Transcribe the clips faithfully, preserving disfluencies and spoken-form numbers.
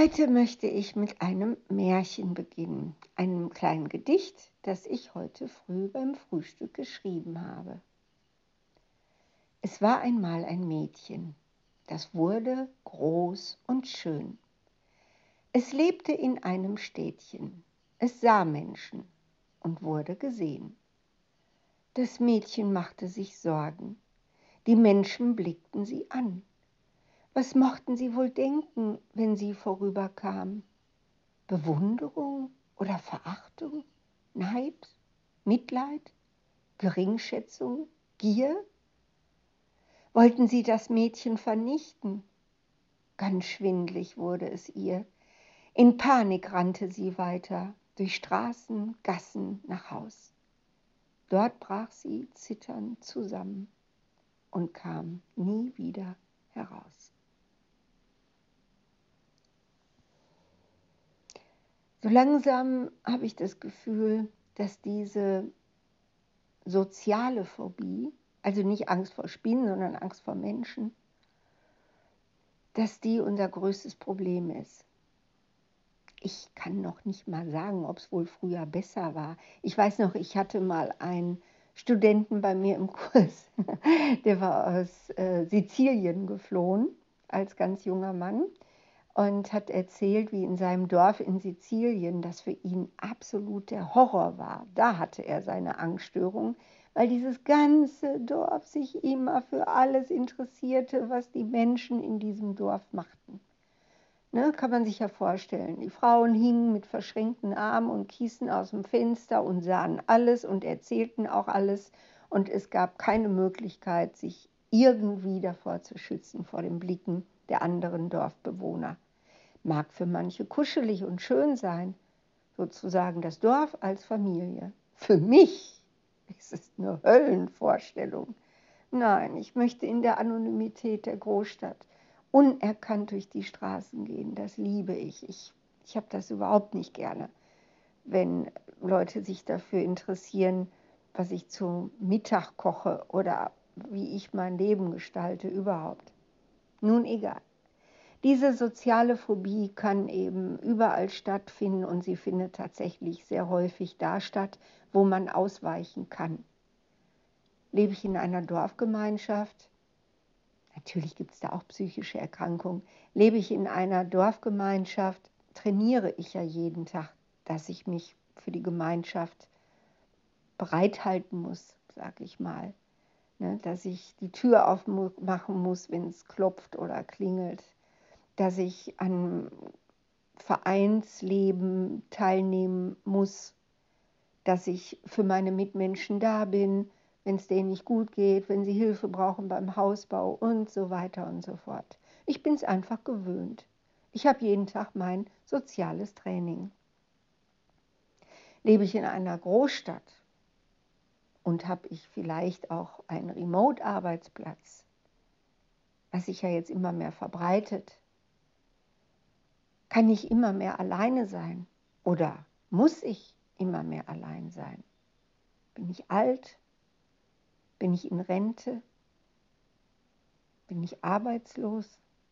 Heute möchte ich mit einem Märchen beginnen, einem kleinen Gedicht, das ich heute früh beim Frühstück geschrieben habe. Es war einmal ein Mädchen, das wurde groß und schön. Es lebte in einem Städtchen, es sah Menschen und wurde gesehen. Das Mädchen machte sich Sorgen, die Menschen blickten sie an. Was mochten sie wohl denken, wenn sie vorüberkam? Bewunderung oder Verachtung, Neid, Mitleid, Geringschätzung, Gier? Wollten sie das Mädchen vernichten? Ganz schwindlig wurde es ihr. In Panik rannte sie weiter, durch Straßen, Gassen nach Haus. Dort brach sie zitternd zusammen und kam nie wieder heraus. So langsam habe ich das Gefühl, dass diese soziale Phobie, also nicht Angst vor Spinnen, sondern Angst vor Menschen, dass die unser größtes Problem ist. Ich kann noch nicht mal sagen, ob es wohl früher besser war. Ich weiß noch, ich hatte mal einen Studenten bei mir im Kurs, der war aus äh, Sizilien geflohen als ganz junger Mann und hat erzählt, wie in seinem Dorf in Sizilien das für ihn absolut der Horror war. Da hatte er seine Angststörung, weil dieses ganze Dorf sich immer für alles interessierte, was die Menschen in diesem Dorf machten. Ne, kann man sich ja vorstellen. Die Frauen hingen mit verschränkten Armen und kießen aus dem Fenster und sahen alles und erzählten auch alles. Und es gab keine Möglichkeit, sich irgendwie davor zu schützen, vor den Blicken der anderen Dorfbewohner. Mag für manche kuschelig und schön sein, sozusagen das Dorf als Familie. Für mich ist es eine Höllenvorstellung. Nein, ich möchte in der Anonymität der Großstadt unerkannt durch die Straßen gehen. Das liebe ich. Ich, ich habe das überhaupt nicht gerne, wenn Leute sich dafür interessieren, was ich zum Mittag koche oder wie ich mein Leben gestalte überhaupt. Nun egal. Diese soziale Phobie kann eben überall stattfinden und sie findet tatsächlich sehr häufig da statt, wo man ausweichen kann. Lebe ich in einer Dorfgemeinschaft? Natürlich gibt es da auch psychische Erkrankungen. Lebe ich in einer Dorfgemeinschaft, trainiere ich ja jeden Tag, dass ich mich für die Gemeinschaft bereithalten muss, sage ich mal. Ne, dass ich die Tür aufmachen muss, wenn es klopft oder klingelt. Dass ich an Vereinsleben teilnehmen muss. Dass ich für meine Mitmenschen da bin, wenn es denen nicht gut geht, wenn sie Hilfe brauchen beim Hausbau und so weiter und so fort. Ich bin es einfach gewöhnt. Ich habe jeden Tag mein soziales Training. Lebe ich in einer Großstadt und habe ich vielleicht auch einen Remote-Arbeitsplatz, was sich ja jetzt immer mehr verbreitet, kann ich immer mehr alleine sein oder muss ich immer mehr allein sein? Bin ich alt? Bin ich in Rente? Bin ich arbeitslos?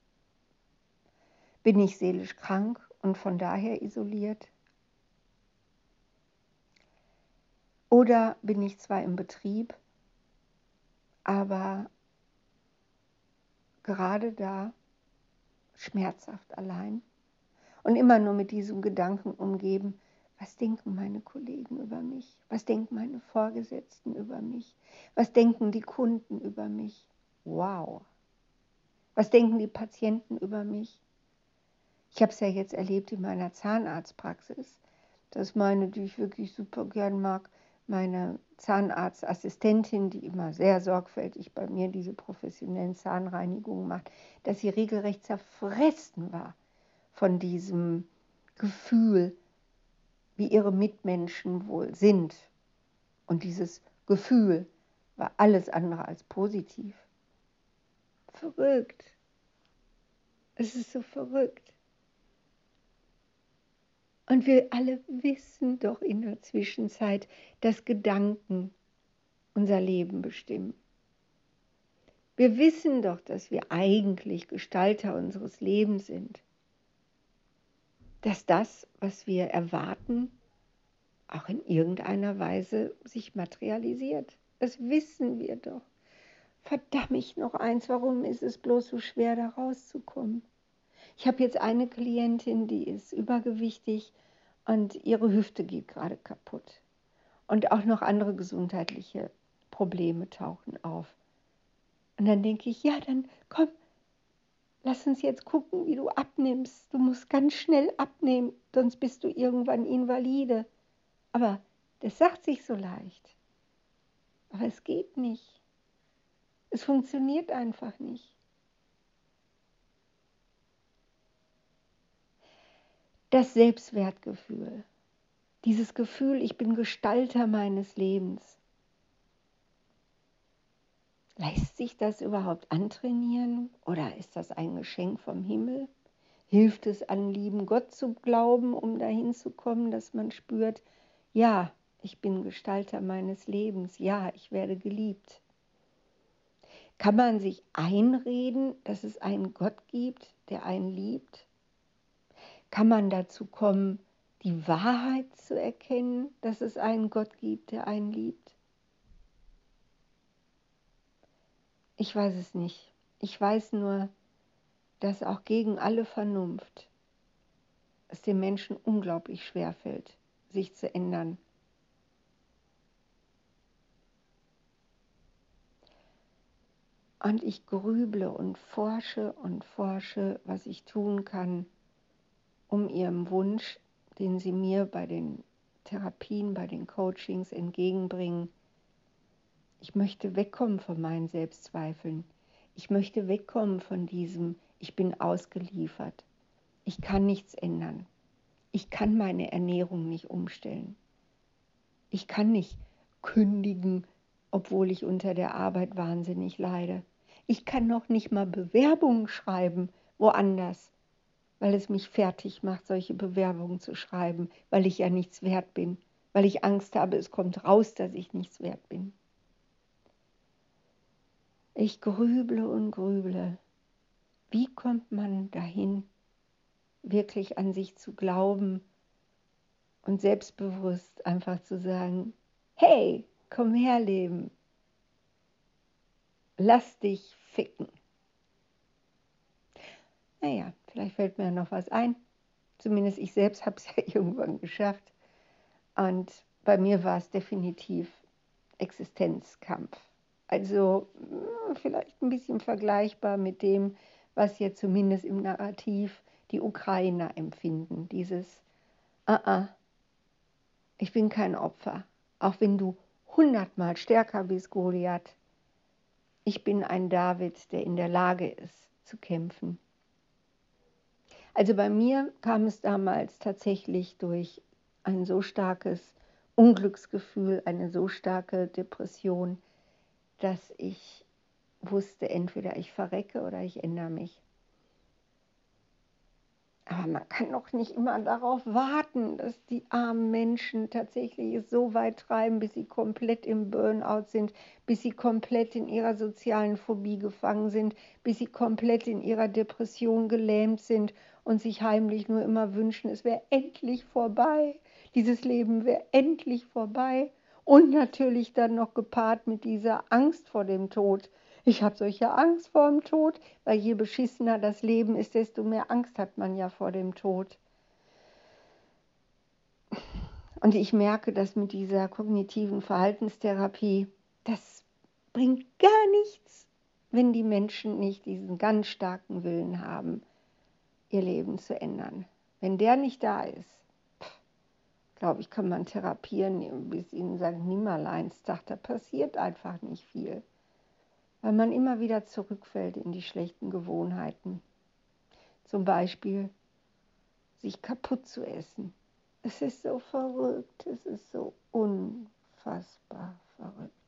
Bin ich seelisch krank und von daher isoliert? Oder bin ich zwar im Betrieb, aber gerade da schmerzhaft allein und immer nur mit diesem Gedanken umgeben, was denken meine Kollegen über mich? Was denken meine Vorgesetzten über mich? Was denken die Kunden über mich? Wow! Was denken die Patienten über mich? Ich habe es ja jetzt erlebt in meiner Zahnarztpraxis, dass meine, die ich wirklich super gern mag, meine Zahnarztassistentin, die immer sehr sorgfältig bei mir diese professionellen Zahnreinigungen macht, dass sie regelrecht zerfressen war von diesem Gefühl, wie ihre Mitmenschen wohl sind. Und dieses Gefühl war alles andere als positiv. Verrückt. Es ist so verrückt. Und wir alle wissen doch in der Zwischenzeit, dass Gedanken unser Leben bestimmen. Wir wissen doch, dass wir eigentlich Gestalter unseres Lebens sind. dass das, was wir erwarten, auch in irgendeiner Weise sich materialisiert. Das wissen wir doch. Verdammt, noch eins, warum ist es bloß so schwer, da rauszukommen? Ich habe jetzt eine Klientin, die ist übergewichtig und ihre Hüfte geht gerade kaputt. Und auch noch andere gesundheitliche Probleme tauchen auf. Und dann denke ich, ja, dann komm, lass uns jetzt gucken, wie du abnimmst. Du musst ganz schnell abnehmen, sonst bist du irgendwann invalide. Aber das sagt sich so leicht. Aber es geht nicht. Es funktioniert einfach nicht. Das Selbstwertgefühl, dieses Gefühl, ich bin Gestalter meines Lebens. Lässt sich das überhaupt antrainieren oder ist das ein Geschenk vom Himmel? Hilft es, an lieben Gott zu glauben, um dahin zu kommen, dass man spürt, ja, ich bin Gestalter meines Lebens, ja, ich werde geliebt. Kann man sich einreden, dass es einen Gott gibt, der einen liebt? Kann man dazu kommen, die Wahrheit zu erkennen, dass es einen Gott gibt, der einen liebt? Ich weiß es nicht. Ich weiß nur, dass auch gegen alle Vernunft es den Menschen unglaublich schwer fällt, sich zu ändern. Und ich grüble und forsche und forsche, was ich tun kann, um ihrem Wunsch, den sie mir bei den Therapien, bei den Coachings entgegenbringen. Ich möchte wegkommen von meinen Selbstzweifeln. Ich möchte wegkommen von diesem, ich bin ausgeliefert. Ich kann nichts ändern. Ich kann meine Ernährung nicht umstellen. Ich kann nicht kündigen, obwohl ich unter der Arbeit wahnsinnig leide. Ich kann noch nicht mal Bewerbungen schreiben woanders, weil es mich fertig macht, solche Bewerbungen zu schreiben, weil ich ja nichts wert bin, weil ich Angst habe, es kommt raus, dass ich nichts wert bin. Ich grüble und grüble. Wie kommt man dahin, wirklich an sich zu glauben und selbstbewusst einfach zu sagen, hey, komm her, Leben, lass dich ficken. Naja, vielleicht fällt mir noch was ein. Zumindest ich selbst habe es ja irgendwann geschafft. Und bei mir war es definitiv Existenzkampf. Also vielleicht ein bisschen vergleichbar mit dem, was jetzt zumindest im Narrativ die Ukrainer empfinden. Dieses, ah, ah, ich bin kein Opfer. Auch wenn du hundertmal stärker bist, Goliath. Ich bin ein David, der in der Lage ist, zu kämpfen. Also bei mir kam es damals tatsächlich durch ein so starkes Unglücksgefühl, eine so starke Depression, dass ich wusste, entweder ich verrecke oder ich ändere mich. Aber man kann doch nicht immer darauf warten, dass die armen Menschen tatsächlich es so weit treiben, bis sie komplett im Burnout sind, bis sie komplett in ihrer sozialen Phobie gefangen sind, bis sie komplett in ihrer Depression gelähmt sind und sich heimlich nur immer wünschen, es wäre endlich vorbei, dieses Leben wäre endlich vorbei. Und natürlich dann noch gepaart mit dieser Angst vor dem Tod. Ich habe solche Angst vor dem Tod, weil je beschissener das Leben ist, desto mehr Angst hat man ja vor dem Tod. Und ich merke, dass mit dieser kognitiven Verhaltenstherapie, das bringt gar nichts, wenn die Menschen nicht diesen ganz starken Willen haben, ihr Leben zu ändern. Wenn der nicht da ist, glaube ich, kann man therapieren bis in Sankt Nimmerleinstag. Da passiert einfach nicht viel, weil man immer wieder zurückfällt in die schlechten Gewohnheiten. Zum Beispiel sich kaputt zu essen. Es ist so verrückt, es ist so unfassbar verrückt.